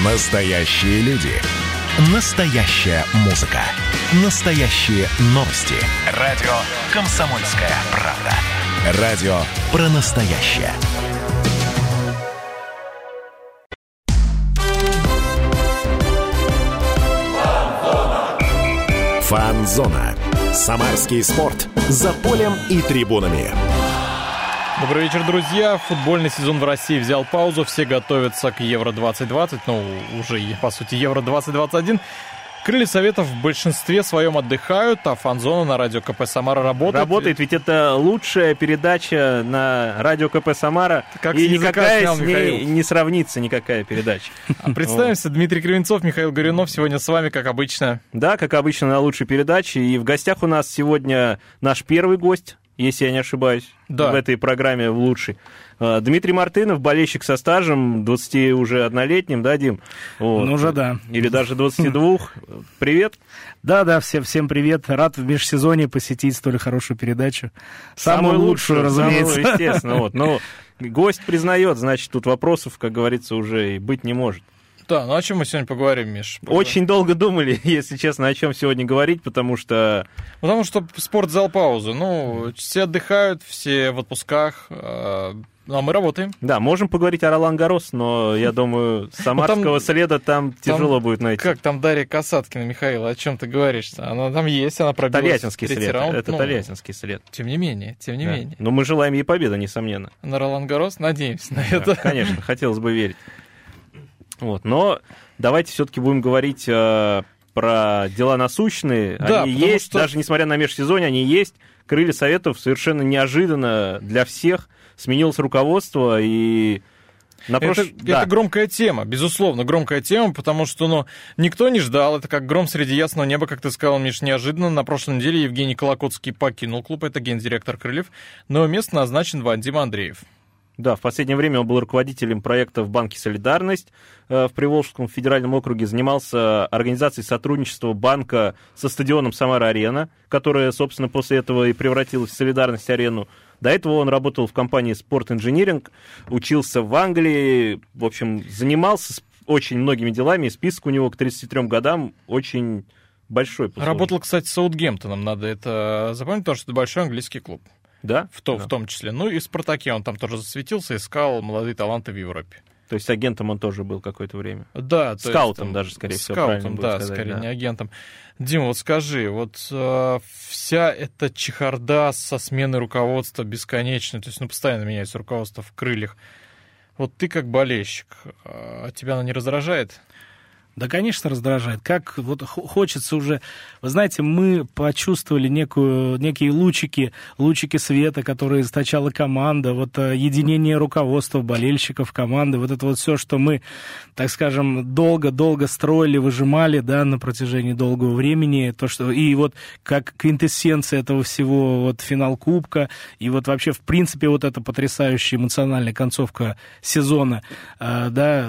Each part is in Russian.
Настоящие люди. Настоящая музыка. Настоящие новости. Радио «Комсомольская правда». Радио про настоящее. Фан-зона. Самарский спорт. За полем и трибунами. Добрый вечер, друзья. Футбольный сезон в России взял паузу. Все готовятся к Евро-2020. Уже, по сути, Евро-2021. Крылья Советов в большинстве своем отдыхают, а фан-зона на радио КП «Самара» работает. Ведь это лучшая передача на радио КП «Самара». Как и никакая с ней не сравнится, никакая передача. Представимся, Дмитрий Кривенцов, Михаил Горюнов сегодня с вами, как обычно. Да, как обычно, на лучшей передаче. И в гостях у нас сегодня наш первый гость, если я не ошибаюсь, в этой программе в лучшей. Дмитрий Мартынов, болельщик со стажем, 21-летним, да, Дим? Вот. Ну, уже да. Или даже 22. Привет. Да, всем привет. Рад в межсезонье посетить столь хорошую передачу. Самую лучшую, разумеется. Самую, естественно. Но гость признает, значит, тут вопросов, как говорится, уже и быть не может. Да, о чем мы сегодня поговорим, Миш? Очень долго думали, если честно, о чем сегодня говорить, потому что спорт взял паузу. Все отдыхают, все в отпусках, а мы работаем. Да, можем поговорить о Ролан-Гаррос, но, я думаю, самарского следа там тяжело будет найти. Как там Дарья Касаткина, Михаил, о чем ты говоришь? Она там есть, она пробилась. Тольяттинский след, это Тольяттинский след. Тем не менее. Но мы желаем ей победы, несомненно. На Ролан-Гаррос надеемся на это. Конечно, хотелось бы верить. Но давайте все-таки будем говорить про дела насущные. Да, они есть, даже несмотря на межсезонье, они есть. Крылья Советов совершенно неожиданно для всех сменилось руководство, и это громкая тема, безусловно, громкая тема, потому что никто не ждал, это как гром среди ясного неба, как ты сказал, Миш, неожиданно. На прошлой неделе Евгений Колокотский покинул клуб, это гендиректор Крыльев, на его место назначен Вадим Андреев. Да, в последнее время он был руководителем проекта в Банке «Солидарность» в Приволжском федеральном округе, занимался организацией сотрудничества банка со стадионом «Самара-Арена», которая, собственно, после этого и превратилась в «Солидарность-арену». До этого он работал в компании «Спорт Инжиниринг», учился в Англии, в общем, занимался очень многими делами, и список у него к 33 годам очень большой. Работал, кстати, с Саутгемптоном, надо это запомнить, потому что это большой английский клуб. Да? В том числе. И в «Спартаке» он там тоже засветился, искал молодые таланты в Европе. То есть агентом он тоже был какое-то время? Да. Скаутом даже, скорее всего, правильно будет сказать. Скорее, не агентом. Дим, скажи, вся эта чехарда со сменой руководства бесконечной, то есть постоянно меняется руководство в «Крыльях». Ты как болельщик, тебя она не раздражает? Да, конечно, раздражает. Как хочется уже... Вы знаете, мы почувствовали некие лучики света, которые источала команда, единение руководства, болельщиков команды, это все, что мы, так скажем, долго строили, выжимали, да, на протяжении долгого времени, как квинтэссенция этого всего, финал Кубка, и вообще, в принципе, эта потрясающая эмоциональная концовка сезона, да,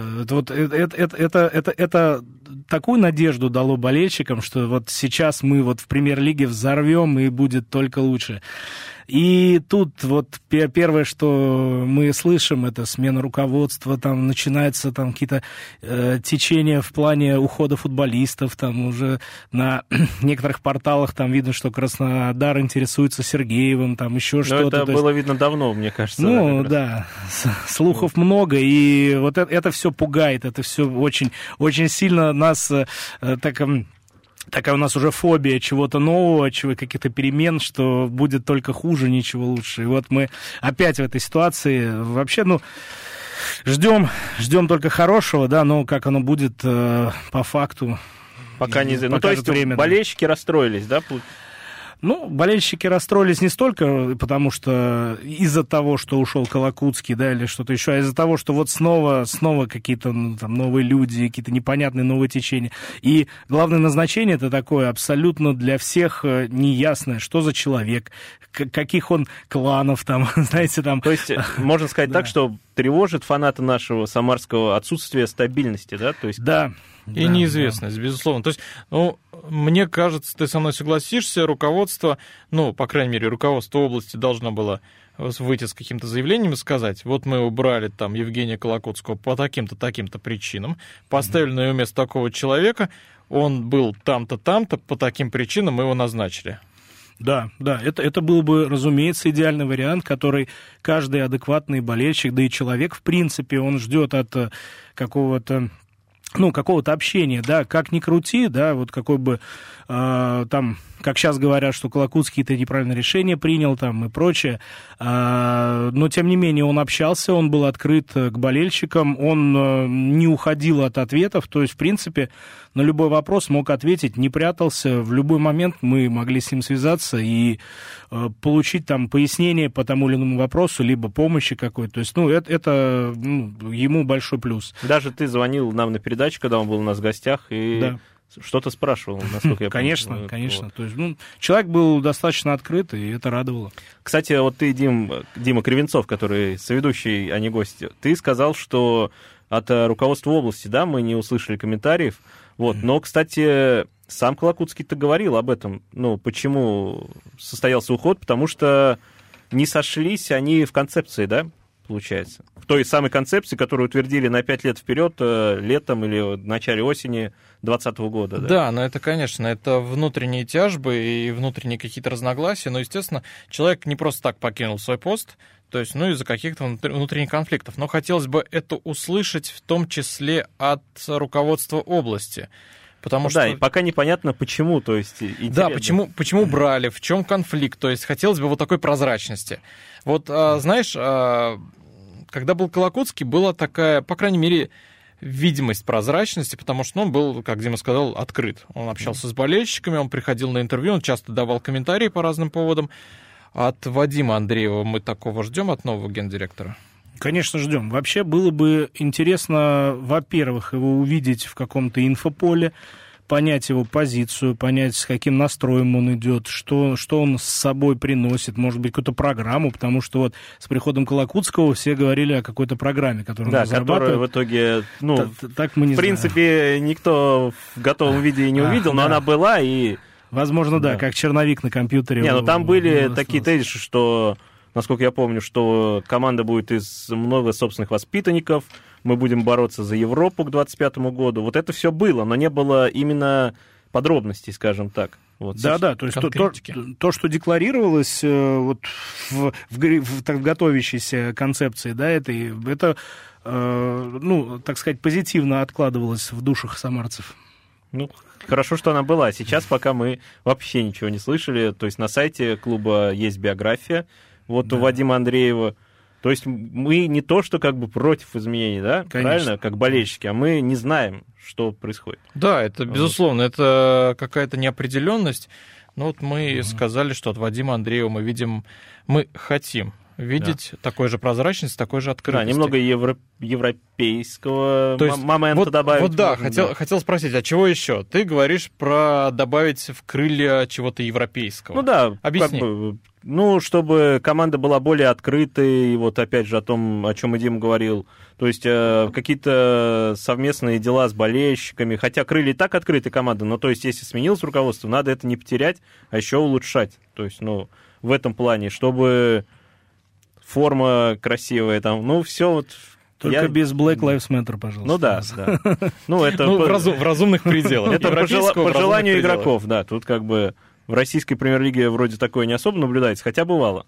это такую надежду дало болельщикам, что сейчас мы в премьер-лиге взорвем и будет только лучше. И тут первое, что мы слышим, это смена руководства, там начинаются какие-то течения в плане ухода футболистов, там уже на некоторых порталах там видно, что Краснодар интересуется Сергеевым, там еще что-то. Это было видно давно, мне кажется. Да, слухов много, и это все пугает, это все очень, очень сильно нас такая у нас уже фобия чего-то нового, каких-то перемен, что будет только хуже, ничего лучше. И мы опять в этой ситуации. Вообще, ждем только хорошего, да, но как оно будет по факту. Пока не знаю. То есть время, болельщики расстроились, да? Болельщики расстроились не столько, потому что из-за того, что ушел Колокутский, да, или что-то еще, а из-за того, что снова какие-то новые люди, какие-то непонятные новые течения. И главное назначение это такое абсолютно для всех неясное, что за человек, каких он кланов там, знаете, там. То есть можно сказать так, что тревожит фаната нашего самарского отсутствие стабильности, да? То есть... Да. И неизвестность, безусловно. То есть, мне кажется, ты со мной согласишься, руководство, по крайней мере, руководство области должно было выйти с каким-то заявлением и сказать, вот мы убрали там Евгения Колокотского по таким-то, таким-то причинам, поставили на его место такого человека, он был там-то, там-то, по таким причинам мы его назначили. Да, это был бы, разумеется, идеальный вариант, который каждый адекватный болельщик, да и человек, в принципе, он ждет от какого-то общения, да, как ни крути, да, вот какой бы там, как сейчас говорят, что Колокутский-то неправильное решение принял там и прочее, но, тем не менее, он общался, он был открыт к болельщикам, он не уходил от ответов, то есть, в принципе, на любой вопрос мог ответить, не прятался, в любой момент мы могли с ним связаться и получить там пояснение по тому или иному вопросу, либо помощи какой-то, то есть, это ему большой плюс. Даже ты звонил нам на передачу, когда он был у нас в гостях, и... Да. Что-то спрашивал, насколько я понимаю. Конечно. Вот. То есть, человек был достаточно открыт, и это радовало. Кстати, вот ты, Дима Кривенцов, который соведущий, а не гость, ты сказал, что от руководства области, да, мы не услышали комментариев. Вот. Но, кстати, сам Колокутский-то говорил об этом. Почему состоялся уход? Потому что не сошлись они в концепции, да, получается? В той самой концепции, которую утвердили на 5 лет вперед, летом или в начале осени 2020 года. Да, но это, конечно, это внутренние тяжбы и внутренние какие-то разногласия, но, естественно, человек не просто так покинул свой пост, то есть, из-за каких-то внутренних конфликтов. Но хотелось бы это услышать в том числе от руководства области. Потому что... и пока непонятно, почему, то есть... Да, почему брали, в чем конфликт, то есть хотелось бы вот такой прозрачности. Вот, знаешь, когда был Колокутский, была такая, по крайней мере, видимость прозрачности, потому что он был, как Дима сказал, открыт. Он общался с болельщиками, он приходил на интервью, он часто давал комментарии по разным поводам. От Вадима Андреева мы такого ждем, от нового гендиректора? Конечно, ждем. Вообще было бы интересно, во-первых, его увидеть в каком-то инфополе, понять его позицию, понять, с каким настроем он идет, что он с собой приносит, может быть, какую-то программу, потому что вот с приходом Колокутского все говорили о какой-то программе, которую он разрабатывает. Которую в итоге, так мы не в принципе, никто в готовом виде и не увидел, но она была и... Возможно, да, как черновик на компьютере. Там были такие тезисы, что, насколько я помню, что команда будет из много собственных воспитанников, мы будем бороться за Европу к 2025 году. Вот это все было, но не было именно подробностей, скажем так. Вот, да, то есть то, что декларировалось вот в готовящейся концепции, да, это так сказать, позитивно откладывалось в душах самарцев. Хорошо, что она была. Сейчас пока мы вообще ничего не слышали. То есть на сайте клуба есть биография у Вадима Андреева. То есть мы не то, что как бы против изменений, да, правильно, как болельщики, а мы не знаем, что происходит. Да, это безусловно, это какая-то неопределенность. Но вот мы сказали, что от Вадима Андреева мы хотим видеть такой же прозрачности, такой же открытости. Да, немного европейского момента добавить. Вот да, хотел спросить, а чего еще? Ты говоришь про добавить в крылья чего-то европейского. Объясни. Чтобы команда была более открытой, и вот опять же о том, о чем и Дима говорил, то есть какие-то совместные дела с болельщиками, хотя крылья и так открытая команда, но то есть если сменилось руководство, надо это не потерять, а еще улучшать. То есть, в этом плане, чтобы форма красивая, все вот... Только без Black Lives Matter, пожалуйста. Это в разумных пределах. Это по желанию игроков, да. Тут как бы в российской премьер-лиге вроде такое не особо наблюдается, хотя бывало.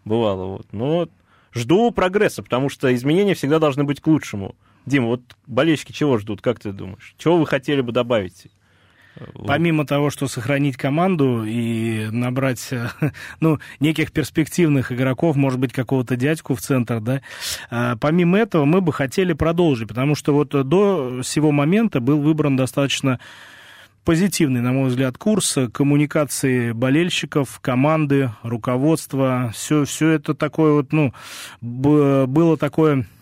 Но жду прогресса, потому что изменения всегда должны быть к лучшему. Дима, вот болельщики чего ждут, как ты думаешь? Чего вы хотели бы добавить? Помимо того, что сохранить команду и набрать, неких перспективных игроков, может быть, какого-то дядьку в центр, да, помимо этого мы бы хотели продолжить, потому что вот до сего момента был выбран достаточно позитивный, на мой взгляд, курс коммуникации болельщиков, команды, руководства, все это такое вот, было такое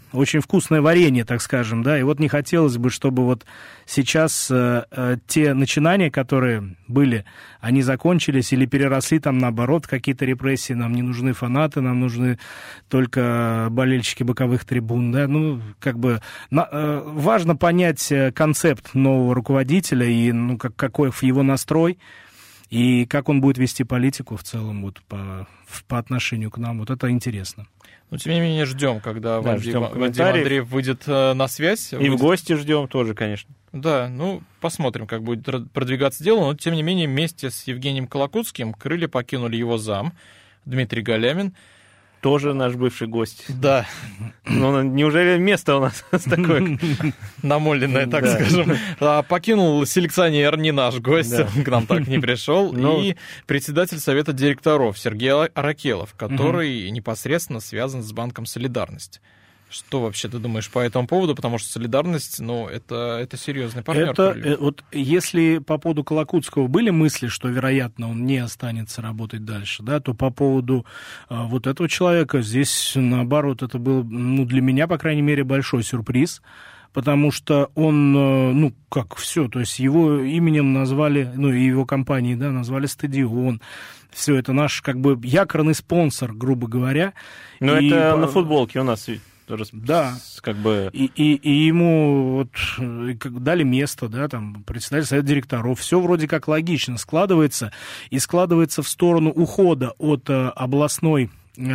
очень вкусное варенье, так скажем, да, и вот не хотелось бы, чтобы вот сейчас те начинания, которые были, они закончились или переросли там, наоборот, в какие-то репрессии. Нам не нужны фанаты, нам нужны только болельщики боковых трибун, да, ну, как бы важно понять концепт нового руководителя и, ну, какой его настрой, и как он будет вести политику в целом вот, по отношению к нам. Вот это интересно. Но, тем не менее, ждем, когда Вадим Андреев выйдет на связь. И в гости ждем тоже, конечно. Да, ну, посмотрим, как будет продвигаться дело. Но, тем не менее, вместе с Евгением Колокутским крылья покинули его зам Дмитрий Галямин. Тоже наш бывший гость. Да. Но неужели место у нас такое? Намоленное, так скажем. Покинул селекционер, не наш гость, он к нам так не пришел. И председатель совета директоров Сергей Аракелов, который непосредственно связан с банком «Солидарность». Что вообще ты думаешь по этому поводу? Потому что «Солидарность», ну, это серьезный партнер. Вот если по поводу Колокутского были мысли, что, вероятно, он не останется работать дальше, да, то по поводу вот этого человека здесь, наоборот, это был, ну, для меня, по крайней мере, большой сюрприз, потому что он, ну, как все, то есть его именем назвали, ну, и его компанией, да, назвали стадион. Все это наш, как бы, якорный спонсор, грубо говоря. Но это на футболке у нас... Да, как бы... и ему вот дали место, да, там, председатель совета директоров, все вроде как логично складывается, и складывается в сторону ухода от областной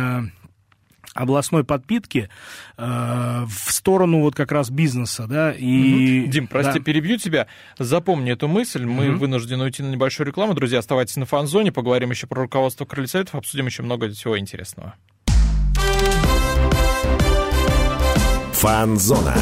подпитки в сторону вот как раз бизнеса, да, и... Дим, прости, перебью тебя, запомни эту мысль, мы вынуждены уйти на небольшую рекламу, друзья, оставайтесь на Фан-зоне, поговорим еще про руководство Крыльев Советов, обсудим еще много всего интересного. Фан-зона.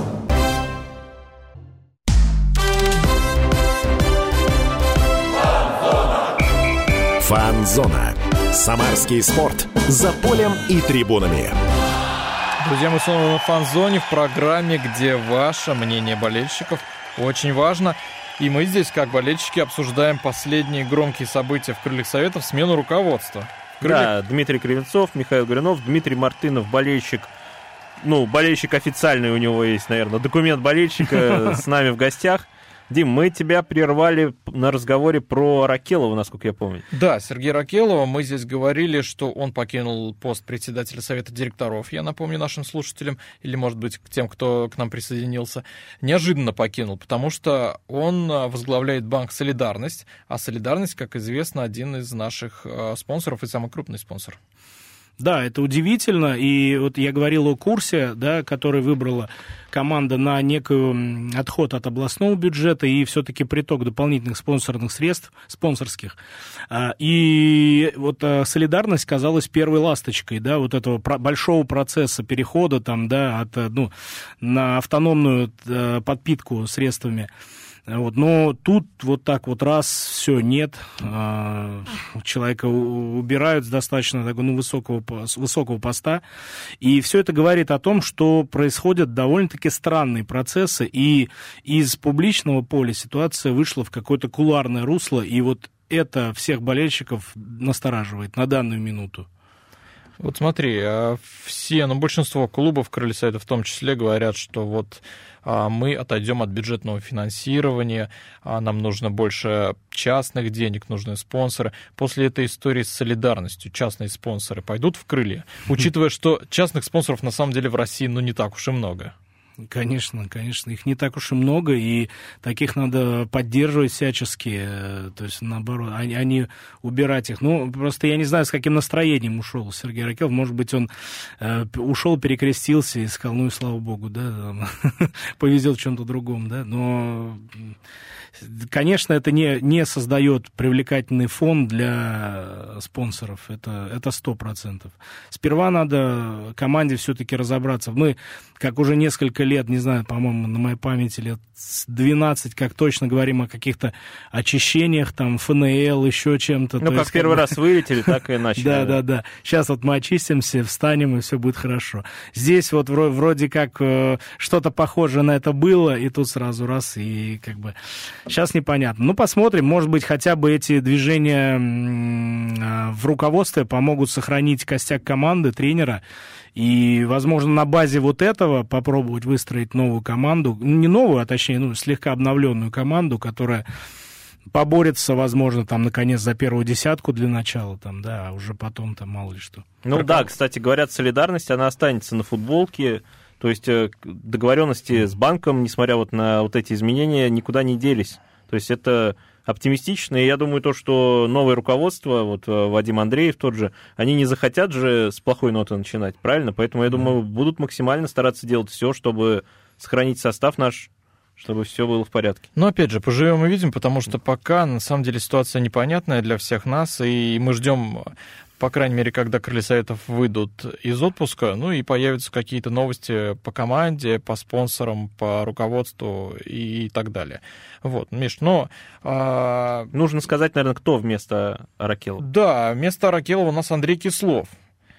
Фан-зона. Самарский спорт. За полем и трибунами. Друзья, мы снова на Фан-зоне в программе, где ваше мнение болельщиков очень важно. И мы здесь, как болельщики, обсуждаем последние громкие события в Крыльях Советов, смену руководства. Да, Дмитрий Кривенцов, Михаил Горюнов, Дмитрий Мартынов, болельщик. Ну, болельщик официальный, у него есть, наверное, документ болельщика с нами в гостях. Дим, мы тебя прервали на разговоре про Аракелова, насколько я помню. Да, Сергея Аракелова. Мы здесь говорили, что он покинул пост председателя совета директоров, я напомню нашим слушателям, или, может быть, к тем, кто к нам присоединился, неожиданно покинул, потому что он возглавляет банк «Солидарность», а «Солидарность», как известно, один из наших спонсоров и самый крупный спонсор. Да, это удивительно, и вот я говорил о курсе, да, который выбрала команда на некий отход от областного бюджета и все-таки приток дополнительных спонсорных средств, спонсорских. И вот «Солидарность» казалась первой ласточкой, да, вот этого большого процесса перехода там, да, от, ну, на автономную подпитку средствами. Вот, но тут вот так вот раз, все, нет, человека убирают с достаточно высокого поста, и все это говорит о том, что происходят довольно-таки странные процессы, и из публичного поля ситуация вышла в какое-то кулуарное русло, и вот это всех болельщиков настораживает на данную минуту. Вот смотри, большинство клубов Крыльев Советов в том числе говорят, что вот мы отойдем от бюджетного финансирования, нам нужно больше частных денег, нужны спонсоры. После этой истории с «Солидарностью» частные спонсоры пойдут в крылья, учитывая, что частных спонсоров на самом деле в России не так уж и много. Конечно, их не так уж и много, и таких надо поддерживать всячески, то есть, наоборот, а не убирать их. Ну, просто я не знаю, с каким настроением ушел Сергей Аракелов. Может быть, он ушел, перекрестился и сказал, ну и слава богу, да, повезет в чем-то другом, да, но... Конечно, это не создает привлекательный фон для спонсоров, это 100%. Сперва надо команде все-таки разобраться. Мы, как уже несколько лет, не знаю, по-моему, на моей памяти лет 12, как точно говорим о каких-то очищениях, там, ФНЛ, еще чем-то. Ну, как первый раз вылетели, так и начали. Да. Сейчас вот мы очистимся, встанем, и все будет хорошо. Здесь вот вроде как что-то похожее на это было, и тут сразу раз, и как бы... Сейчас непонятно. Ну, посмотрим. Может быть, хотя бы эти движения в руководстве помогут сохранить костяк команды, тренера, И, возможно, на базе вот этого попробовать выстроить новую команду, не новую, а точнее, слегка обновленную команду, которая поборется, возможно, там, наконец, за первую десятку для начала, там, да, а уже потом там мало ли что. Ну да, кстати, говорят, солидарность, она останется на футболке, то есть договоренности с банком, несмотря вот на вот эти изменения, никуда не делись. То есть это оптимистично, и я думаю, то, что новое руководство, вот Вадим Андреев тот же, они не захотят же с плохой ноты начинать, правильно? Поэтому, я думаю, будут максимально стараться делать все, чтобы сохранить состав наш, чтобы все было в порядке. Но опять же, поживем и видим, потому что пока, на самом деле, ситуация непонятная для всех нас, и мы ждем, по крайней мере, когда крылья советов выйдут из отпуска, ну и появятся какие-то новости по команде, по спонсорам, по руководству и так далее. Вот, Миш, но... Нужно сказать, наверное, кто вместо Аракелова. Да, вместо Аракелова у нас Андрей Кислов.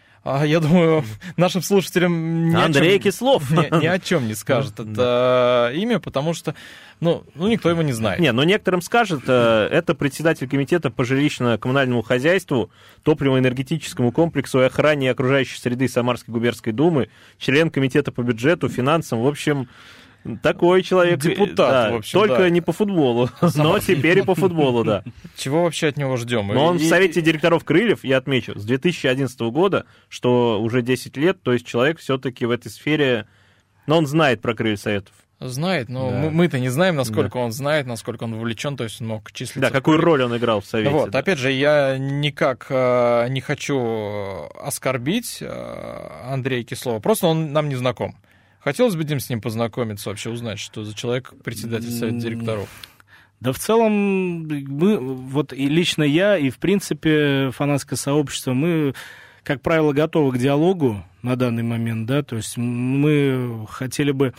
Я думаю, нашим слушателям Андрей Кислов ни о чем не скажет это имя, потому что, никто его не знает. Но некоторым скажет, это председатель комитета по жилищно-коммунальному хозяйству, топливо-энергетическому комплексу и охране окружающей среды Самарской губернской думы, член комитета по бюджету, финансам, в общем... Такой человек. Депутат, да, в общем, только да. Не по футболу, но теперь и по футболу, да. Чего вообще от него ждем? Но он в Совете директоров «Крыльев», я отмечу, с 2011 года, что уже 10 лет, то есть человек все-таки в этой сфере, но он знает про «Крылья советов». Знает, но да. мы-то не знаем, насколько он знает, насколько он вовлечен, то есть он мог числиться. Да, какую роль он играл в Совете. Вот, да. Опять же, я никак не хочу оскорбить Андрея Кислова, просто он нам не знаком. Хотелось бы, Дим, с ним познакомиться, вообще узнать, что за человек председатель Совета директоров. Да в целом, вот и лично я, и в принципе фанатское сообщество, мы, как правило, готовы к диалогу на данный момент, да, то есть мы хотели бы,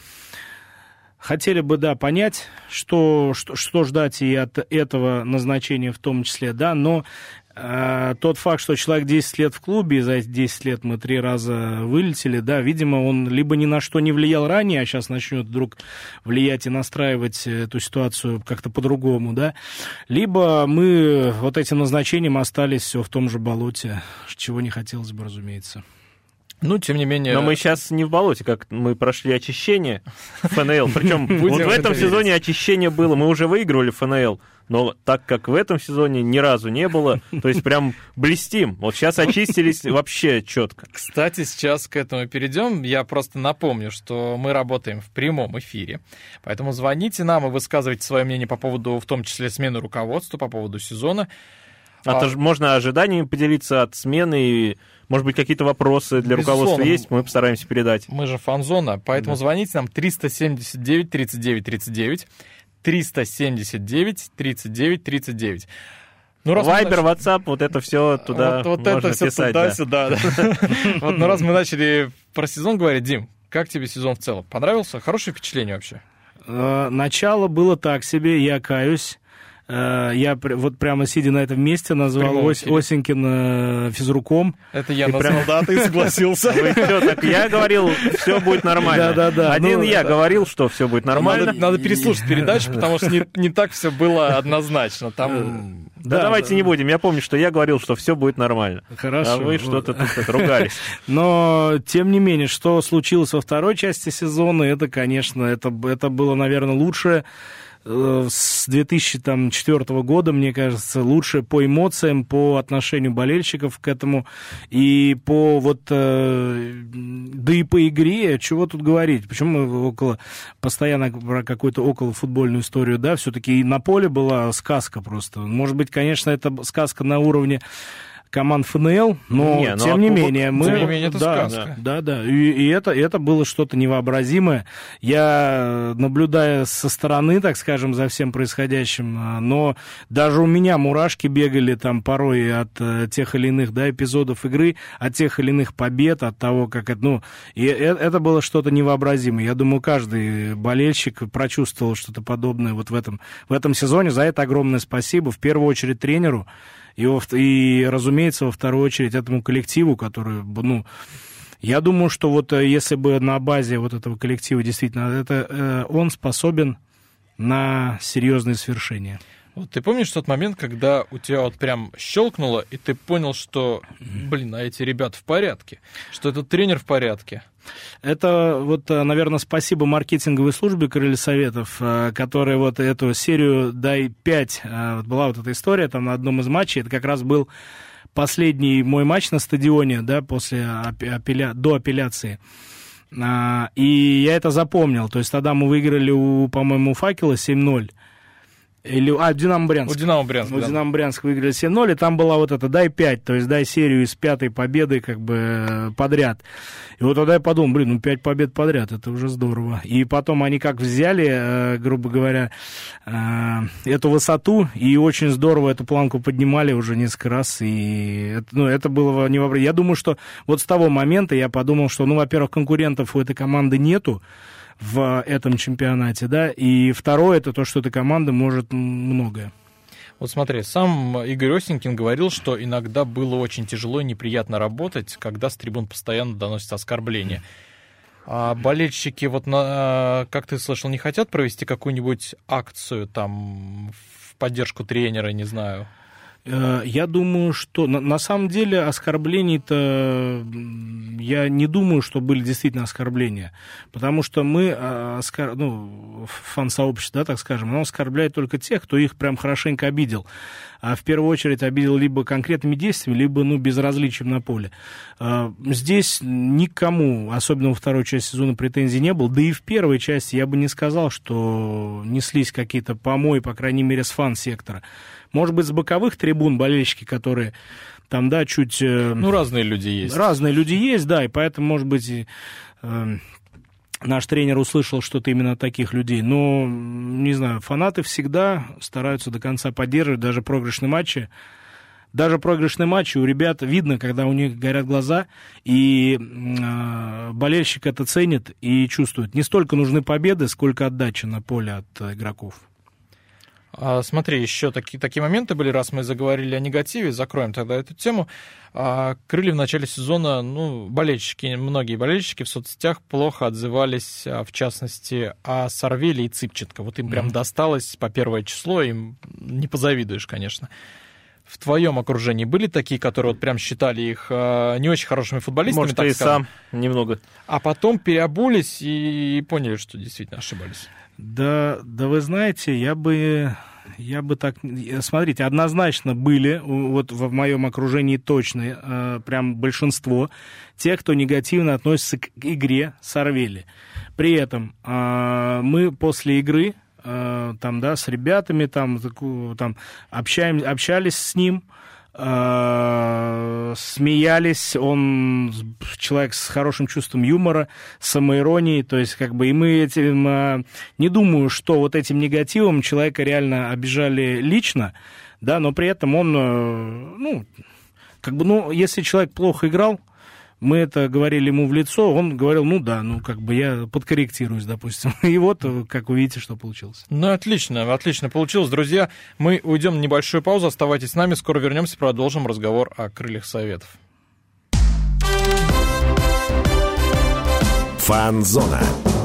да, понять, что ждать и от этого назначения в том числе, да, но тот факт, что человек 10 лет в клубе, и за эти 10 лет мы 3 раза вылетели, да, видимо, он либо ни на что не влиял ранее, а сейчас начнет вдруг влиять и настраивать эту ситуацию как-то по-другому, да, либо мы вот этим назначением остались все в том же болоте, чего не хотелось бы, разумеется. Тем не менее... Но мы сейчас не в болоте, как мы прошли очищение ФНЛ. Причем вот в этом сезоне очищение было. Мы уже выигрывали ФНЛ, но так как в этом сезоне ни разу не было, то есть прям блестим. Вот сейчас очистились вообще четко. Кстати, сейчас к этому перейдем. Я просто напомню, что мы работаем в прямом эфире. Поэтому звоните нам и высказывайте свое мнение по поводу, в том числе, смены руководства, по поводу сезона. Можно ожиданиями поделиться от смены, и, может быть, какие-то вопросы для руководства есть, мы постараемся передать. Мы же фан-зона, поэтому звоните нам 379-39-39, 379-39-39. Вайбер, WhatsApp, вот это все туда можно писать. Туда-сюда. Вот, раз мы начали про сезон говорить, Дим, как тебе сезон в целом? Понравился? Хорошее впечатление вообще? Начало было так себе, я каюсь. Я вот прямо сидя на этом месте назвал Осенькин физруком. Это я назвал, да, ты согласился. Вы что, так я говорил, все будет нормально. Да. Я говорил, что все будет нормально. Надо переслушать передачу, потому что не так все было однозначно. Там... Да, давайте не будем. Я помню, что я говорил, что все будет нормально. Хорошо. А вы что-то тут ругались. Но, тем не менее, что случилось во второй части сезона, это, конечно, это было, наверное, лучшее. С 2004 года, мне кажется, лучше по эмоциям, по отношению болельщиков к этому, и по да и по игре, чего тут говорить, почему мы постоянно про какую-то околофутбольную историю, да, все-таки и на поле была сказка просто, может быть, конечно, это сказка на уровне команд ФНЛ, но тем не менее мы... Тем не менее, это сказка. Да. И это было что-то невообразимое. Я, наблюдая со стороны, так скажем, за всем происходящим, но даже у меня мурашки бегали там порой от тех или иных, да, эпизодов игры, от тех или иных побед, от того, как это... и это было что-то невообразимое. Я думаю, каждый болельщик прочувствовал что-то подобное вот в этом сезоне. За это огромное спасибо. В первую очередь тренеру, и, разумеется, во вторую очередь этому коллективу, который, я думаю, что вот если бы на базе вот этого коллектива действительно, он способен на серьезные свершения. Вот ты помнишь тот момент, когда у тебя вот прям щелкнуло, и ты понял, что, блин, а эти ребята в порядке, что этот тренер в порядке? Это вот, наверное, спасибо маркетинговой службе «Крылья Советов», которая вот эту серию «Дай 5», была вот эта история там на одном из матчей, это как раз был последний мой матч на стадионе, да, до апелляции. И я это запомнил. То есть тогда мы выиграли, по-моему, у «Факела» 7-0. Динамо Брянск. У Динамо Брянск, да. Динамо Брянск выиграли 7-0, и там была вот эта «Дай 5», то есть дай серию из 5 победы как бы подряд. И вот тогда я подумал, 5 побед подряд, это уже здорово. И потом они как взяли, грубо говоря, эту высоту, и очень здорово эту планку поднимали уже несколько раз, и это было невообразимо. Я думаю, что вот с того момента я подумал, что, во-первых, конкурентов у этой команды нету в этом чемпионате, да, и второе, это то, что эта команда может многое. Вот смотри, сам Игорь Осенькин говорил, что иногда было очень тяжело и неприятно работать, когда с трибун постоянно доносятся оскорбления. А болельщики, вот как ты слышал, не хотят провести какую-нибудь акцию там в поддержку тренера, не знаю? Я думаю, что на самом деле оскорблений-то я не думаю, что были действительно оскорбления, потому что мы, фан-сообщество, да, так скажем, оно оскорбляет только тех, кто их прям хорошенько обидел, а в первую очередь обидел либо конкретными действиями, либо безразличием на поле. Здесь никому, особенно во второй части сезона, претензий не было, да и в первой части я бы не сказал, что неслись какие-то помои, по крайней мере, с фан-сектора. Может быть, с боковых трибун болельщики, которые там, да, чуть... разные люди есть. Разные люди есть, да, и поэтому, может быть, наш тренер услышал что-то именно от таких людей. Но, не знаю, фанаты всегда стараются до конца поддерживать даже проигрышные матчи. Даже проигрышные матчи у ребят видно, когда у них горят глаза, и болельщик это ценит и чувствует. Не столько нужны победы, сколько отдача на поле от игроков. Смотри, еще такие моменты были, раз мы заговорили о негативе, закроем тогда эту тему. Крылья в начале сезона, многие болельщики в соцсетях плохо отзывались, в частности, о Сарвеле и Цыпченко. Вот им прям досталось по первое число, им не позавидуешь, конечно. В твоем окружении были такие, которые вот прям считали их не очень хорошими футболистами? Может, ты и сам немного. А потом переобулись и поняли, что действительно ошибались. Да вы знаете, я бы так... Смотрите, однозначно были, вот в моем окружении точно, прям большинство, тех, кто негативно относится к игре Сарвели. При этом мы после игры с ребятами общались с ним, смеялись, он человек с хорошим чувством юмора, самоиронией, то есть и мы этим, не думаю, что вот этим негативом человека реально обижали лично, да, но при этом он, если человек плохо играл, мы это говорили ему в лицо, он говорил, я подкорректируюсь, допустим. И вот, как вы видите, что получилось. Отлично получилось. Друзья, мы уйдем на небольшую паузу, оставайтесь с нами, скоро вернемся, продолжим разговор о Крыльях Советов. Фан-зона.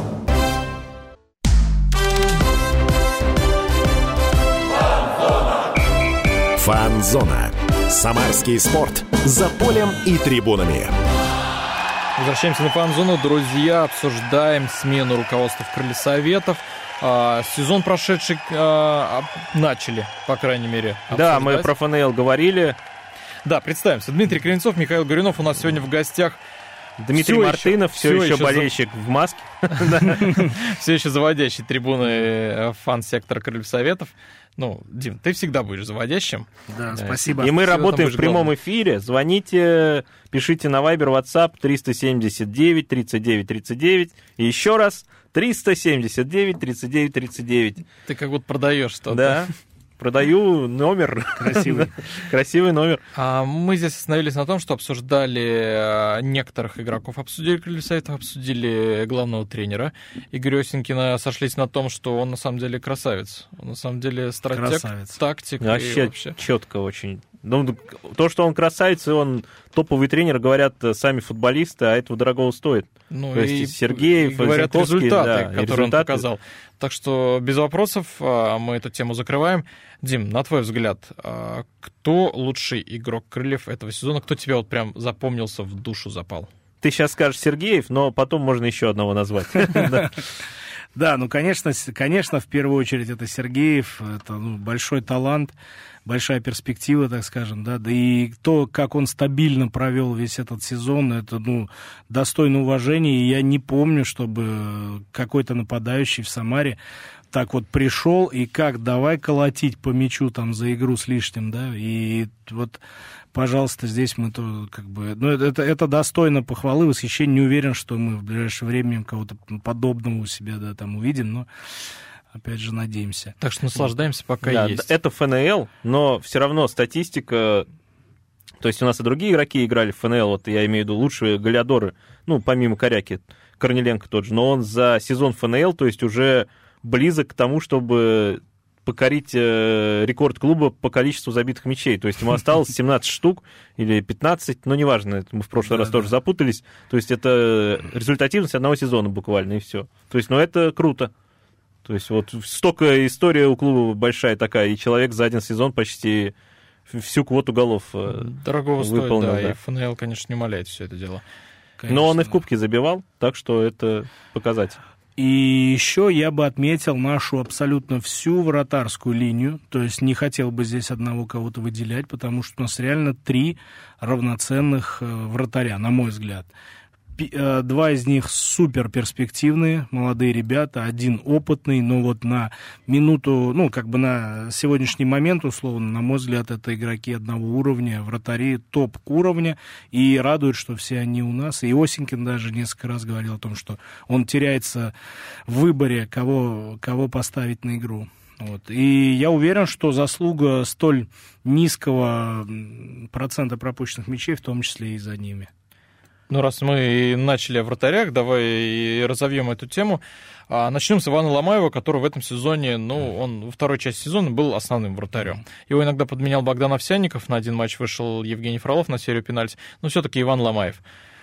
Фан-зона. Самарский спорт. За полем и трибунами. Возвращаемся на фан-зону. Друзья, обсуждаем смену руководства в Крылья Советов. Сезон прошедший начали, по крайней мере, обсуждать. Да, мы про ФНЛ говорили. Да, представимся. Дмитрий Кривенцов, Михаил Горюнов. У нас сегодня в гостях Дмитрий Мартынов, все еще болельщик в маске. Все еще заводящий трибуны фан-сектора Крыльев Советов. Дим, ты всегда будешь заводящим. Да, спасибо. И мы работаем в прямом эфире. Звоните, пишите на Viber, WhatsApp 379 39 39. И еще раз 379 39 39. Ты как будто продаешь что-то. Да. Продаю номер. Красивый. Красивый номер. Мы здесь остановились на том, что обсуждали некоторых игроков, обсудили Крылья Советов, обсудили главного тренера Игоря Осенькина, сошлись на том, что он на самом деле красавец. Он на самом деле стратег, тактик. Вообще четко очень. Ну, то, что он красавец, и он топовый тренер, говорят сами футболисты, а этого дорогого стоит. Ну, то есть Сергеев, говорят результаты, которые он показал. Так что без вопросов мы эту тему закрываем. Дим, на твой взгляд, кто лучший игрок Крыльев этого сезона? Кто тебе вот прям запомнился, в душу запал? Ты сейчас скажешь Сергеев, но потом можно еще одного назвать. Да, ну, конечно, в первую очередь это Сергеев, это большой талант, большая перспектива, так скажем, да, и то, как он стабильно провел весь этот сезон, это, достойно уважения, и я не помню, чтобы какой-то нападающий в Самаре так вот пришел, и как давай колотить по мячу там за игру с лишним, да, и вот, пожалуйста, здесь мы то как бы, это достойно похвалы, восхищения, не уверен, что мы в ближайшее время кого-то подобного у себя, да, там увидим, но опять же, надеемся. Так что наслаждаемся, пока есть. Это ФНЛ, но все равно статистика... То есть у нас и другие игроки играли в ФНЛ, вот я имею в виду лучшие голеадоры, помимо Коряки, Корниленко тот же, но он за сезон ФНЛ, то есть уже близок к тому, чтобы покорить рекорд клуба по количеству забитых мячей. То есть ему осталось 17 штук или 15, но неважно, мы в прошлый раз тоже запутались. То есть это результативность одного сезона буквально, и все. То есть, это круто. То есть вот столько история у клуба большая такая, и человек за один сезон почти всю квоту голов дорогого выполнил. Стоит, да, и ФНЛ, конечно, не умаляет все это дело. Конечно. Но он и в кубке забивал, так что это показатель. И еще я бы отметил нашу абсолютно всю вратарскую линию, то есть не хотел бы здесь одного кого-то выделять, потому что у нас реально 3 равноценных вратаря, на мой взгляд. 2 из них супер перспективные, молодые ребята, 1 опытный, но вот на минуту, на сегодняшний момент, условно, на мой взгляд, это игроки одного уровня, вратари топ уровня, и радует, что все они у нас. И Осенькин даже несколько раз говорил о том, что он теряется в выборе, кого поставить на игру. Вот. И я уверен, что заслуга столь низкого процента пропущенных мячей, в том числе и за ними. Раз мы начали о вратарях, давай и разовьем эту тему. Начнем с Ивана Ломаева, который в этом сезоне, он во второй части сезона был основным вратарем. Его иногда подменял Богдан Овсянников, на один матч вышел Евгений Фролов на серию пенальти, но все-таки Иван Ломаев.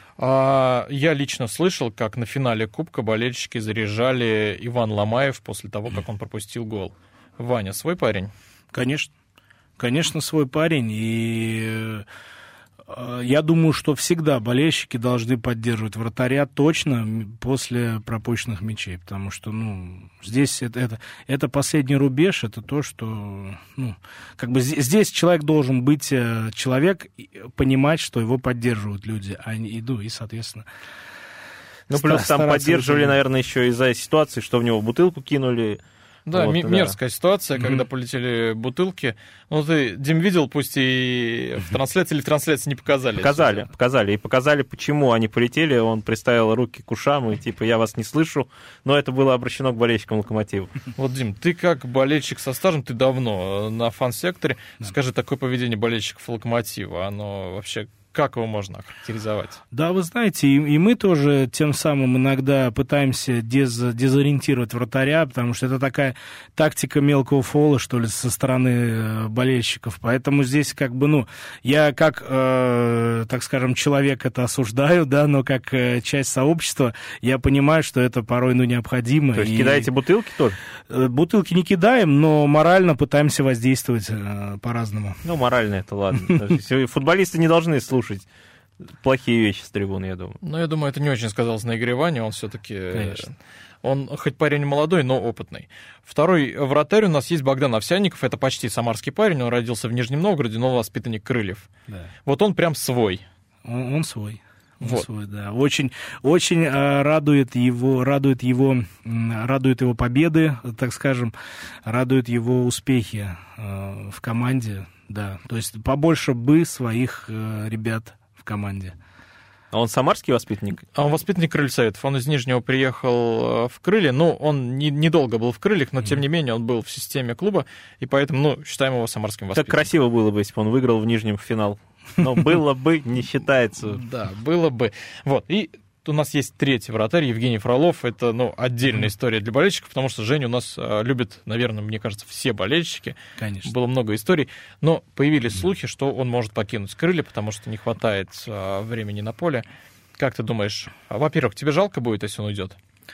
Я лично слышал, как на финале Кубка болельщики заряжали Иван Ломаев после того, как он пропустил гол. Ваня, свой парень? Конечно, свой парень, и... Я думаю, что всегда болельщики должны поддерживать вратаря точно после пропущенных мячей, потому что, здесь это последний рубеж, это то, что, здесь человек должен быть, понимать, что его поддерживают люди, и, соответственно... Плюс там поддерживали, наверное, еще из-за ситуации, что в него бутылку кинули. Да, мерзкая ситуация, когда полетели бутылки. Ты, Дим, видел, пусть и в трансляции не показали. Показали. И показали, почему они полетели. Он приставил руки к ушам и я вас не слышу. Но это было обращено к болельщикам Локомотива. Вот, Дим, ты как болельщик со стажем, ты давно на фан-секторе. Скажи, такое поведение болельщиков Локомотива, оно вообще... Как его можно охарактеризовать? Да, вы знаете, и мы тоже тем самым иногда пытаемся дезориентировать вратаря, потому что это такая тактика мелкого фола, что ли, со стороны болельщиков. Поэтому здесь я как, так скажем, человек это осуждаю, да, но как часть сообщества я понимаю, что это порой необходимо. То есть кидаете бутылки тоже? Бутылки не кидаем, но морально пытаемся воздействовать по-разному. Морально это ладно. Футболисты не должны слушать плохие вещи с трибуны, я думаю. Я думаю, это не очень сказалось на игре Вани, он все-таки... Он хоть парень молодой, но опытный. Второй вратарь у нас есть Богдан Овсянников, это почти самарский парень, он родился в Нижнем Новгороде, но воспитанник Крыльев. Да. Вот он прям свой. Он свой. Свой, да. Очень радует его победы, так скажем, радуют его успехи в команде. Да, то есть побольше бы своих ребят в команде. А он самарский воспитанник? Он воспитанник Крыльев Советов. Он из Нижнего приехал в Крылья. Он недолго был в Крыльях, но тем не менее он был в системе клуба, и поэтому считаем его самарским воспитанником. Как красиво было бы, если бы он выиграл в Нижнем финал. Но было бы, не считается. Да, было бы. Вот, и у нас есть третий вратарь, Евгений Фролов. Это, отдельная история для болельщиков, потому что Женю у нас любят, наверное, мне кажется, все болельщики. Конечно. Было много историй. Но появились слухи, что он может покинуть крылья, потому что не хватает времени на поле. Как ты думаешь? Во-первых, тебе жалко будет, если он уйдет?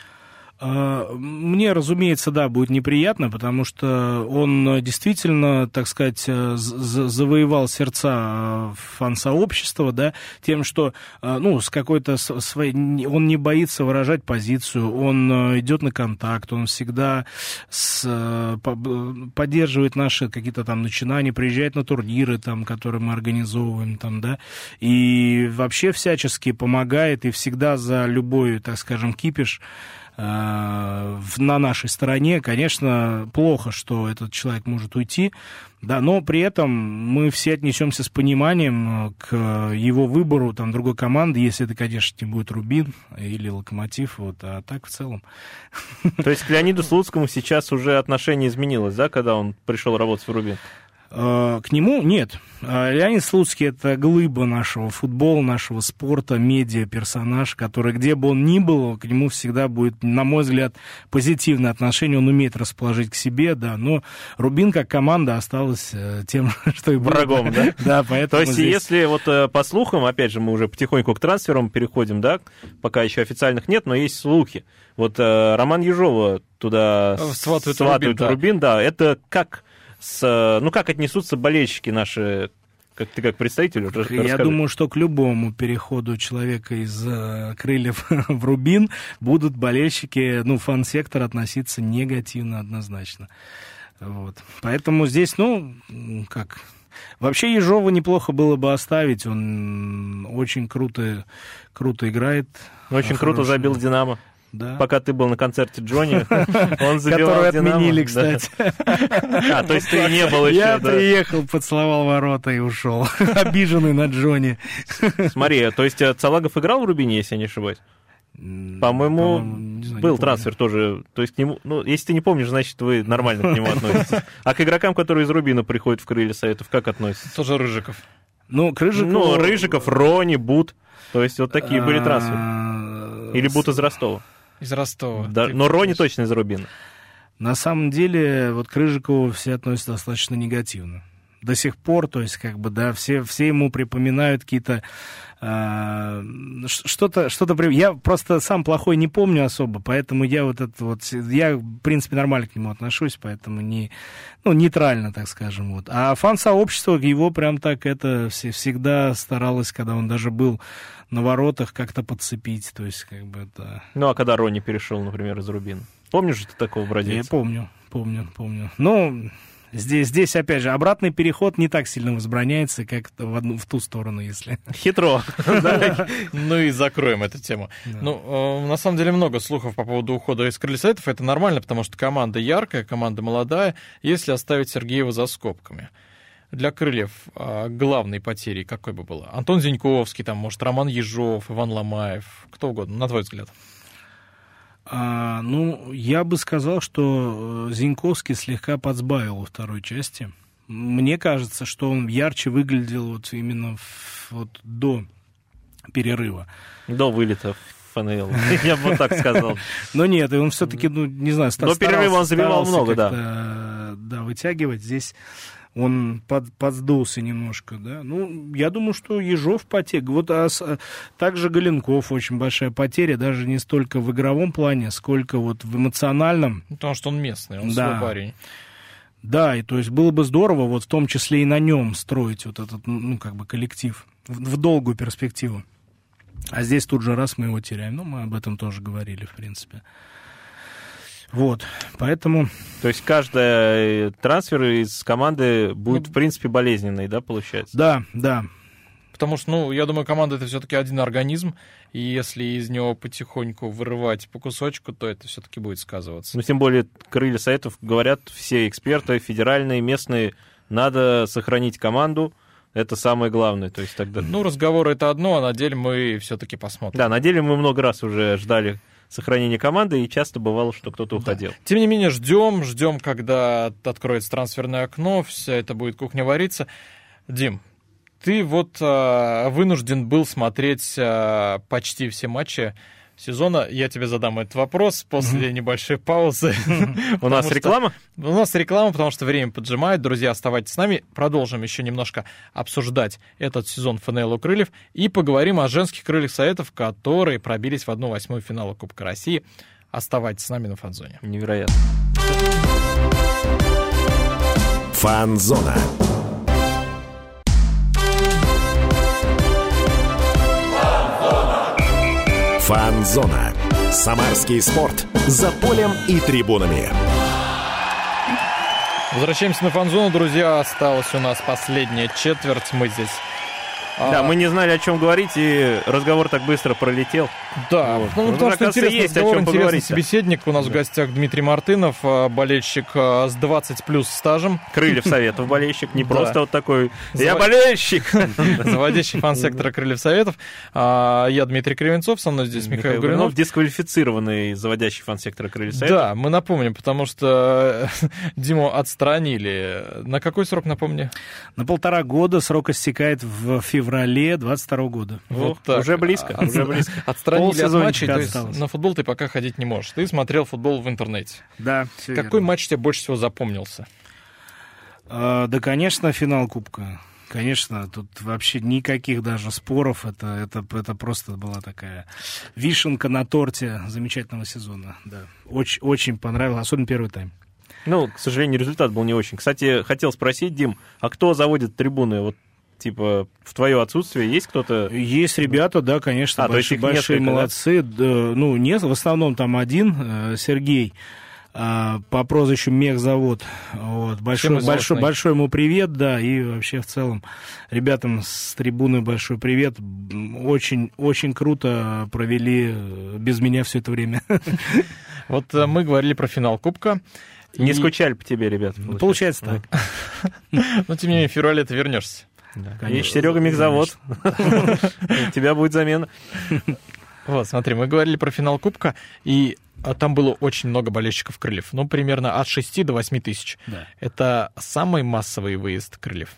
Мне, разумеется, да, будет неприятно, потому что он действительно, так сказать, завоевал сердца фан-сообщества, да, тем, что, с какой-то своей... Он не боится выражать позицию, он идет на контакт, он всегда поддерживает наши какие-то там начинания, приезжает на турниры, там, которые мы организовываем, там, да, и вообще всячески помогает и всегда за любой, так скажем, кипиш на нашей стороне. Конечно, плохо, что этот человек может уйти, да, но при этом мы все отнесемся с пониманием к его выбору там, другой команды, если это, конечно, не будет Рубин или Локомотив, а так в целом. То есть к Леониду Слуцкому сейчас уже отношение изменилось, да, когда он пришел работать в Рубин? К нему нет. Леонид Слуцкий — это глыба нашего футбола, нашего спорта, медиа, персонаж, который, где бы он ни был, к нему всегда будет, на мой взгляд, позитивное отношение, он умеет расположить к себе, да, но Рубин как команда осталась тем, что и было. Врагом, да? Да, поэтому то есть, если по слухам, опять же, мы уже потихоньку к трансферам переходим, да, пока еще официальных нет, но есть слухи. Роман Ежова туда сватывает Рубин, да, это как... как отнесутся болельщики наши, ты как представитель? Я думаю, что к любому переходу человека из крыльев в Рубин будут болельщики, фан-сектор относиться негативно однозначно. Вот. Поэтому здесь, Вообще Ежова неплохо было бы оставить, он очень круто играет. Очень круто забил «Динамо». Да. Пока ты был на концерте Джонни, он забивал «Динамо». Который «Динамо». отменили, кстати. То есть ты не был еще, Я приехал, поцеловал ворота и ушел, обиженный на Джонни. Смотри, то есть Цалагов играл в Рубине, если я не ошибаюсь? По-моему, был трансфер тоже. То есть к нему, если ты не помнишь, значит, вы нормально к нему относитесь. А к игрокам, которые из Рубина приходят в крылья Советов, как относятся? Тоже Рыжиков. Рыжиков, Рони, Бут. То есть вот такие были трансферы. Или Бут из Ростова. Из Ростова. Да, но Рони точно из Рубина. На самом деле, к Рыжикову все относятся достаточно негативно. До сих пор, то есть, все ему припоминают какие-то что-то. Я просто сам плохой не помню особо, поэтому я в принципе, нормально к нему отношусь, поэтому нейтрально, так скажем. А фан-сообщество его прям так это всегда старалось, когда он даже был на воротах, как-то подцепить, то есть, это... А когда Рони перешел, например, из Рубина? Помнишь же ты такого бродяга? Я помню. Здесь, опять же, обратный переход не так сильно возбраняется, как в ту сторону, если... Хитро. И закроем эту тему. На самом деле много слухов по поводу ухода из крыльев Советов. Это нормально, потому что команда яркая, команда молодая, если оставить Сергеева за скобками. Для крыльев главной потерей какой бы было? Антон Зиньковский, может, Роман Ежов, Иван Ломаев, кто угодно, на твой взгляд. Я бы сказал, что Зиньковский слегка подсбавил во второй части. Мне кажется, что он ярче выглядел именно до перерыва. До вылета в ФНЛ. Я бы так сказал. Но нет, и он все-таки, не знаю, до перерыва он забивал много, да. Да, вытягивать. Здесь он подсдулся немножко, да. Я думаю, что Ежов потеря. Также Голенков очень большая потеря, даже не столько в игровом плане, сколько в эмоциональном. Потому что он местный, он свой парень. Да, и то есть было бы здорово в том числе и на нем строить этот, коллектив в долгую перспективу. А здесь тут же раз мы его теряем. Мы об этом тоже говорили, в принципе. Поэтому... То есть каждый трансфер из команды будет, в принципе, болезненный, да, получается? Да. Потому что, я думаю, команда — это все-таки один организм, и если из него потихоньку вырывать по кусочку, то это все-таки будет сказываться. Тем более, крылья Советов, говорят все эксперты, федеральные, местные, надо сохранить команду, это самое главное, то есть тогда... Разговоры — это одно, а на деле мы все-таки посмотрим. Да, на деле мы много раз уже ждали сохранение команды, и часто бывало, что кто-то уходил. Да. Тем не менее, ждем, когда откроется трансферное окно, вся это будет кухня вариться. Дим, ты вот вынужден был смотреть почти все матчи сезона. Я тебе задам этот вопрос после небольшой паузы. У нас реклама? У нас реклама, потому что время поджимает. Друзья, оставайтесь с нами. Продолжим еще немножко обсуждать этот сезон ФНЛ у крыльев и поговорим о женских крыльях Советов, которые пробились в 1/8 финала Кубка России. Оставайтесь с нами на Фан-зоне. Невероятно. Фан-зона. Фан-зона. Самарский спорт. За полем и трибунами. Возвращаемся на Фан-зону, друзья. Осталась у нас последняя четверть. Мы здесь... Да, мы не знали, о чем говорить, и разговор так быстро пролетел. Да, вот. Потому что интересный разговор, интересный собеседник. У нас да. в гостях Дмитрий Мартынов, болельщик с 20+ стажем. Крыльев Советов болельщик, не просто вот такой «я болельщик». Заводящий фан-сектора Крыльев Советов. Я Дмитрий Кривенцов, со мной здесь Михаил Гуринов. Дисквалифицированный заводящий фан-сектора Крыльев Советов. Да, мы напомним, потому что Диму отстранили. На какой срок, напомни? На 1,5 года, срок истекает в феврале 22 года. Вот так. Уже близко. Отстранили от матчей, то есть осталось. на футбол ты пока ходить не можешь. Ты смотрел футбол в интернете. Да, Какой матч тебе больше всего запомнился? Да, конечно, финал Кубка. Конечно, тут вообще никаких даже споров. Это просто была такая вишенка на торте замечательного сезона. Да. Очень, очень понравилось, особенно первый тайм. Ну, к сожалению, результат был не очень. Кстати, хотел спросить, Дим, а кто заводит трибуны? Вот, типа, в твое отсутствие есть кто-то? Есть ребята, да, конечно, большие молодцы. Да? Ну, нет, в основном там один, Сергей, по прозвищу Мехзавод. Вот. Большой ему привет, да, и вообще в целом ребятам с трибуны большой привет. Очень, очень круто провели без меня все это время. Вот мы говорили про финал Кубка. Не скучали по тебе, ребят? Получается так. Но, тем не менее, в феврале ты вернешься. Конечно, Серега Мехзавод. У тебя будет замена. Вот, смотри, мы говорили про финал Кубка, и там было очень много болельщиков Крыльев. Ну, примерно от 6 до 8 тысяч. Да. Это самый массовый выезд Крыльев?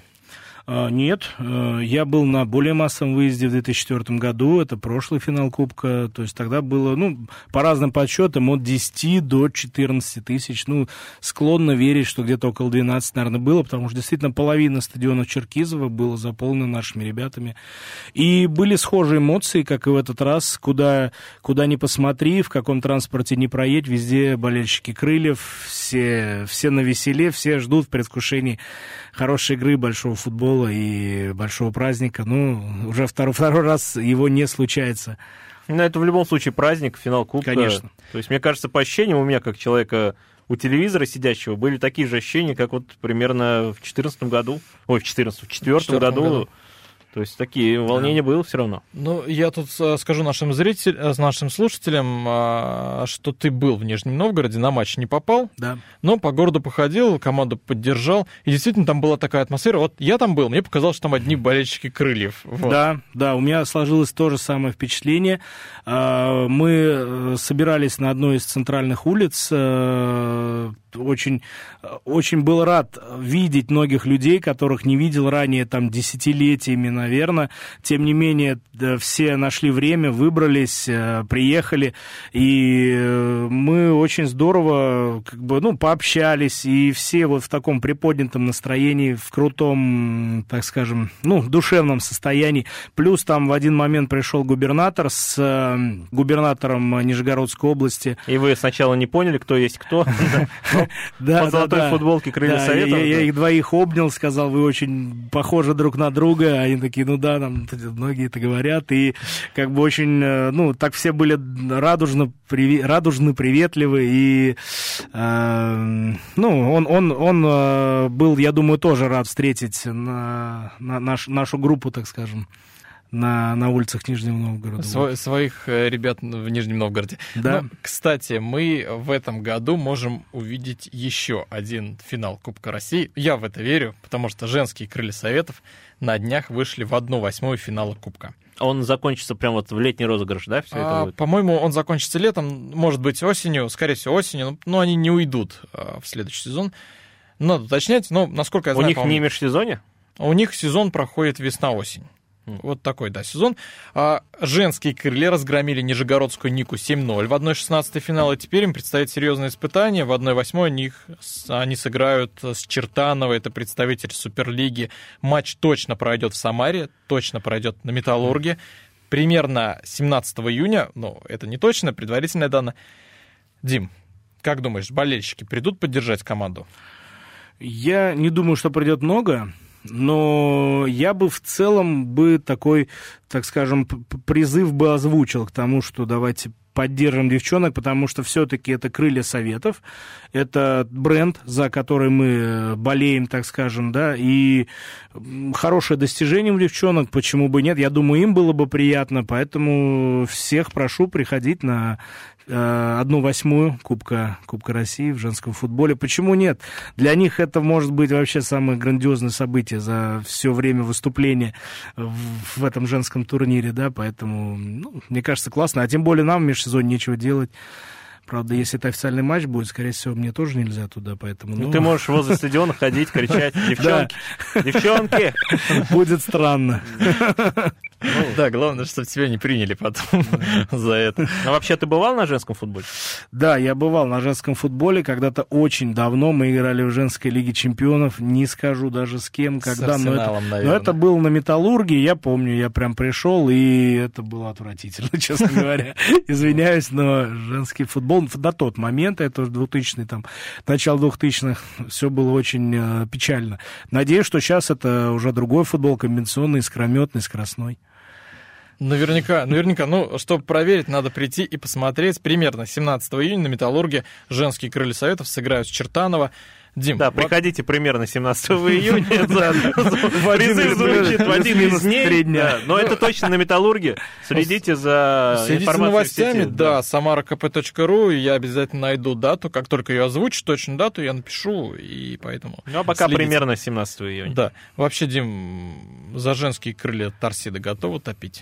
Нет, я был на более массовом выезде в 2004 году, это прошлый финал Кубка, то есть тогда было, ну, по разным подсчетам, от 10 до 14 тысяч, ну, склонно верить, что где-то около 12, наверное, было, потому что действительно половина стадиона Черкизова была заполнена нашими ребятами, и были схожие эмоции, как и в этот раз, куда ни посмотри, в каком транспорте не проедь, везде болельщики Крыльев, все навеселе, все ждут в предвкушении хорошей игры, большого футбола и большого праздника. Ну, уже второй раз его не случается. Ну, это в любом случае праздник, финал Кубка. Конечно. То есть, мне кажется, по ощущениям у меня, как человека у телевизора сидящего, были такие же ощущения, как вот примерно в 2014 году. Ой, в 2014 году. То есть такие волнения было все равно. Ну, я тут скажу нашим слушателям, что ты был в Нижнем Новгороде, на матч не попал, да. Но по городу походил, команду поддержал, и действительно там была такая атмосфера. Вот я там был, мне показалось, что там одни болельщики Крыльев. Вот. Да, у меня сложилось то же самое впечатление. Мы собирались на одной из центральных улиц, очень, очень был рад видеть многих людей, которых не видел ранее, там, десятилетиями, наверное. Тем не менее, все нашли время, выбрались, приехали, и мы очень здорово, пообщались, и все вот в таком приподнятом настроении, в крутом, так скажем, душевном состоянии. Плюс там в один момент пришел губернатор с губернатором Нижегородской области. И вы сначала не поняли, кто есть кто? По золотой футболке Крылья Советов. Я их двоих обнял, сказал, вы очень похожи друг на друга. Они такие, нам многие это говорят. И очень, так все были радужны, приветливы. И, он был, я думаю, тоже рад встретить нашу группу, так скажем, на улицах Нижнего Новгорода. Своих ребят в Нижнем Новгороде. Да. Кстати, мы в этом году можем увидеть еще один финал Кубка России. Я в это верю, потому что женские Крылья Советов на днях вышли в 1/8 финала Кубка. Он закончится прям вот в летний розыгрыш, да? Все это будет? По-моему, он закончится летом, может быть, осенью, скорее всего, осенью, но они не уйдут в следующий сезон. Надо уточнять, но, насколько я знаю... У них не межсезонье? У них сезон проходит весна-осень. Вот такой, да, сезон. Женские крылья разгромили Нижегородскую Нику 7-0 в 1/16 финала. Теперь им предстоит серьезное испытание. В 1/8 они сыграют с Чертаново, это представитель Суперлиги. Матч точно пройдет в Самаре, точно пройдет на Металлурге. Примерно 17 июня, но это не точно, предварительная данная. Дим, как думаешь, болельщики придут поддержать команду? Я не думаю, что придет много. Но я бы в целом такой, так скажем, призыв бы озвучил к тому, что давайте поддержим девчонок, потому что все-таки это крылья Советов, это бренд, за который мы болеем, так скажем, да, и хорошее достижение у девчонок, почему бы нет, я думаю, им было бы приятно, поэтому всех прошу приходить на 1/8 Кубка России в женском футболе. Почему нет? Для них это может быть вообще самое грандиозное событие за все время выступления в этом женском турнире, да, поэтому, мне кажется, классно, а тем более нам в межсезонье нечего делать. Правда, если это официальный матч будет, скорее всего, мне тоже нельзя туда, поэтому... Ты можешь возле стадиона ходить, кричать: девчонки, девчонки! Будет странно. Да, главное, чтобы тебя не приняли потом за это. А вообще ты бывал на женском футболе? Да, я бывал на женском футболе. Когда-то очень давно мы играли в женской лиге чемпионов. Не скажу даже с кем, когда. С Арсеналом, но это было на Металлурге. Я помню, я прям пришел, и это было отвратительно, честно говоря. Извиняюсь, но женский футбол на тот момент, это 2000-й, там, начало 2000-х, все было очень печально. Надеюсь, что сейчас это уже другой футбол, комбинационный, искрометный, скоростной. Наверняка. Чтобы проверить, надо прийти и посмотреть. Примерно 17 июня на Металлурге женские крылья Советов сыграют с Чертаново. Дим, да, приходите примерно 17 июня. Призыв звучит в один из дней. Но это точно на Металлурге. Следите за новостями. Да, samarkp.ru. Я обязательно найду дату. Как только ее озвучу, точную дату, я напишу. И поэтому... Ну, а пока примерно 17 июня. Да. Вообще, Дим, за женские крылья Торсида готовы топить?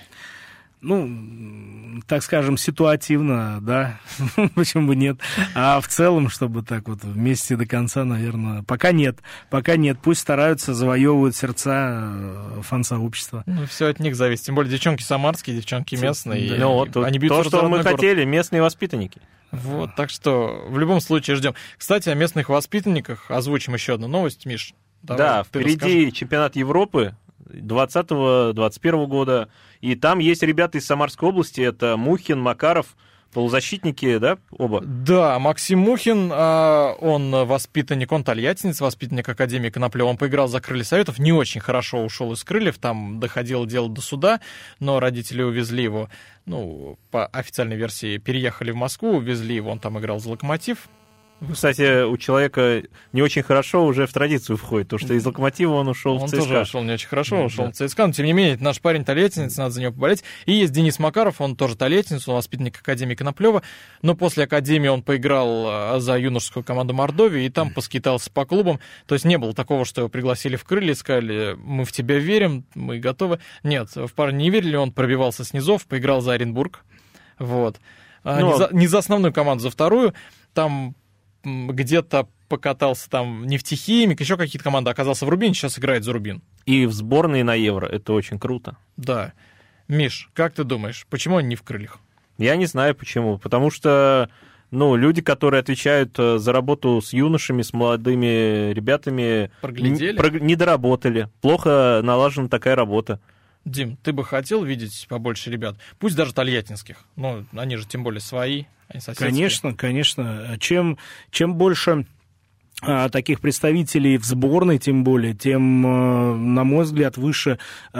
Так скажем, ситуативно, да, почему бы нет. А в целом, чтобы так вот вместе до конца, наверное, пока нет. Пусть стараются, завоевывают сердца фан-сообщества. Все от них зависит. Тем более девчонки самарские, девчонки местные. Они бьются то, что мы хотели, местные воспитанники. Вот, так что в любом случае ждем. Кстати, о местных воспитанниках озвучим еще одну новость, Миш. Да, впереди чемпионат Европы 2020-2021 года. И там есть ребята из Самарской области. Это Мухин, Макаров, полузащитники, да, оба? Да, Максим Мухин, он воспитанник, он тольяттинец, воспитанник Академии Коноплева. Он поиграл за крылья Советов, не очень хорошо ушел из крыльев, там доходило дело до суда, но родители увезли его, по официальной версии, переехали в Москву, увезли его, он там играл за Локомотив. Кстати, у человека не очень хорошо уже в традицию входит, потому что из Локомотива он ушел в ЦСКА. Он тоже ушел не очень хорошо, ушел в ЦСКА, но тем не менее, это наш парень тольяттинец, надо за него поболеть. И есть Денис Макаров, он тоже тольяттинец, он воспитанник Академии Коноплева, но после Академии он поиграл за юношескую команду Мордовии и там поскитался по клубам. То есть не было такого, что его пригласили в крылья и сказали: мы в тебя верим, мы готовы. Нет, в парня не верили, он пробивался с низов, поиграл за Оренбург. Вот. Не за основную команду, за вторую. Там где-то покатался там нефтехимик, еще какие-то команды, оказался в Рубине, сейчас играет за Рубин. И в сборной на Евро, это очень круто. Да. Миш, как ты думаешь, почему они не в крыльях? Я не знаю почему, потому что, люди, которые отвечают за работу с юношами, с молодыми ребятами, не доработали, плохо налажена такая работа. Дим, ты бы хотел видеть побольше ребят, пусть даже тольяттинских, но они же тем более свои, они соседские. Конечно. Чем больше таких представителей в сборной, тем более, тем, на мой взгляд, выше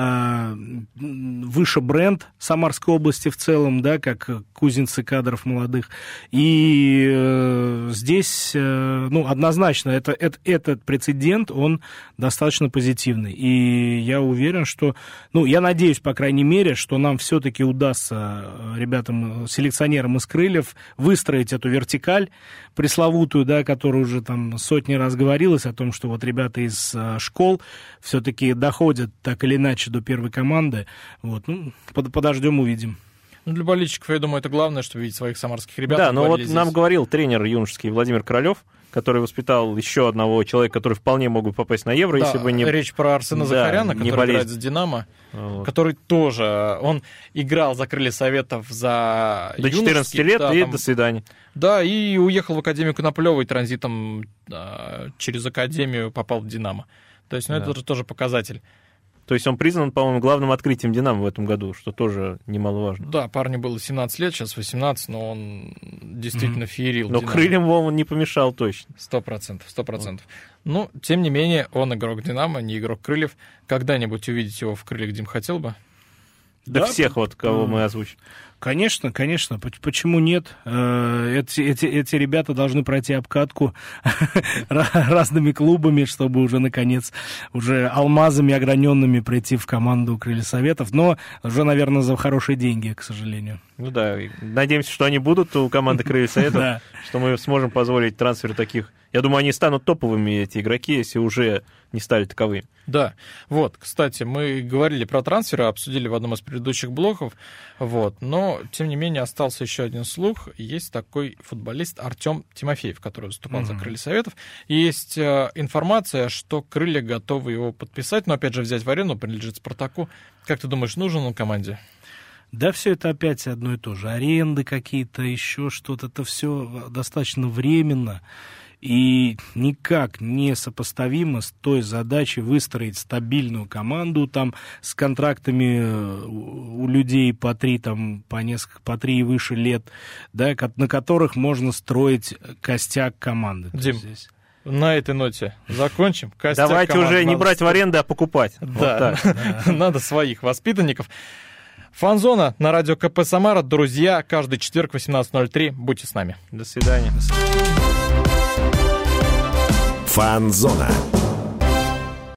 бренд Самарской области в целом, да, как кузницы кадров молодых. И здесь, однозначно, этот прецедент, он достаточно позитивный. И я уверен, что, я надеюсь, по крайней мере, что нам все-таки удастся ребятам, селекционерам из крыльев, выстроить эту вертикаль пресловутую, да, которую уже там сотни раз говорилось о том, что вот ребята из школ все-таки доходят так или иначе до первой команды. Вот, подождем, увидим. Ну, для болельщиков, я думаю, это главное, чтобы видеть своих самарских ребят. Да, но вот здесь. нам говорил тренер юношеский Владимир Королев, который воспитал еще одного человека, который вполне мог бы попасть на Евро, Да, если бы не... Речь про Арсена Захаряна, который играет за «Динамо», который тоже, он играл за «Крылья Советов» за до 14 лет, и до свидания. Да, и уехал в Академию Коноплёва, и транзитом через Академию попал в «Динамо». То есть, это тоже показатель. То есть он признан, по-моему, главным открытием «Динамо» в этом году, что тоже немаловажно. Да, парню было 17 лет, сейчас 18, но он действительно феерил. Но «Динамо». крыльям он не помешал точно. 100%. Но, тем не менее, он игрок «Динамо», не игрок «Крыльев». Когда-нибудь увидеть его в «Крыльях», Дим, хотел бы? Да, всех вот, кого мы озвучим. Конечно. Почему нет? Эти ребята должны пройти обкатку разными клубами, чтобы уже, наконец, уже алмазами ограненными прийти в команду «Крылья Советов». Но уже, наверное, за хорошие деньги, к сожалению. Ну да, надеемся, что они будут у команды «Крылья Советов», что мы сможем позволить трансфер таких. Я думаю, они станут топовыми, эти игроки, если уже не стали таковыми. Да, вот, кстати, мы говорили про трансферы, обсудили в одном из предыдущих блоков, вот, но, тем не менее, остался еще один слух. Есть такой футболист Артем Тимофеев, который выступал за «Крылья Советов. И есть информация, что «Крылья» готовы его подписать, но, опять же, взять в аренду, принадлежит «Спартаку». Как ты думаешь, нужен он команде? Да, все это опять одно и то же. Аренды какие-то, еще что-то, это все достаточно временно. И никак не сопоставимо с той задачей выстроить стабильную команду там с контрактами у людей по 3 и выше лет, да, на которых можно строить костяк команды. Дим, на этой ноте закончим. Давайте уже не брать в аренду, а покупать. Да, надо своих воспитанников. Фан-зона на радио КП Самара. Друзья, каждый четверг в 18:03. Будьте с нами. До свидания. Фан-зона.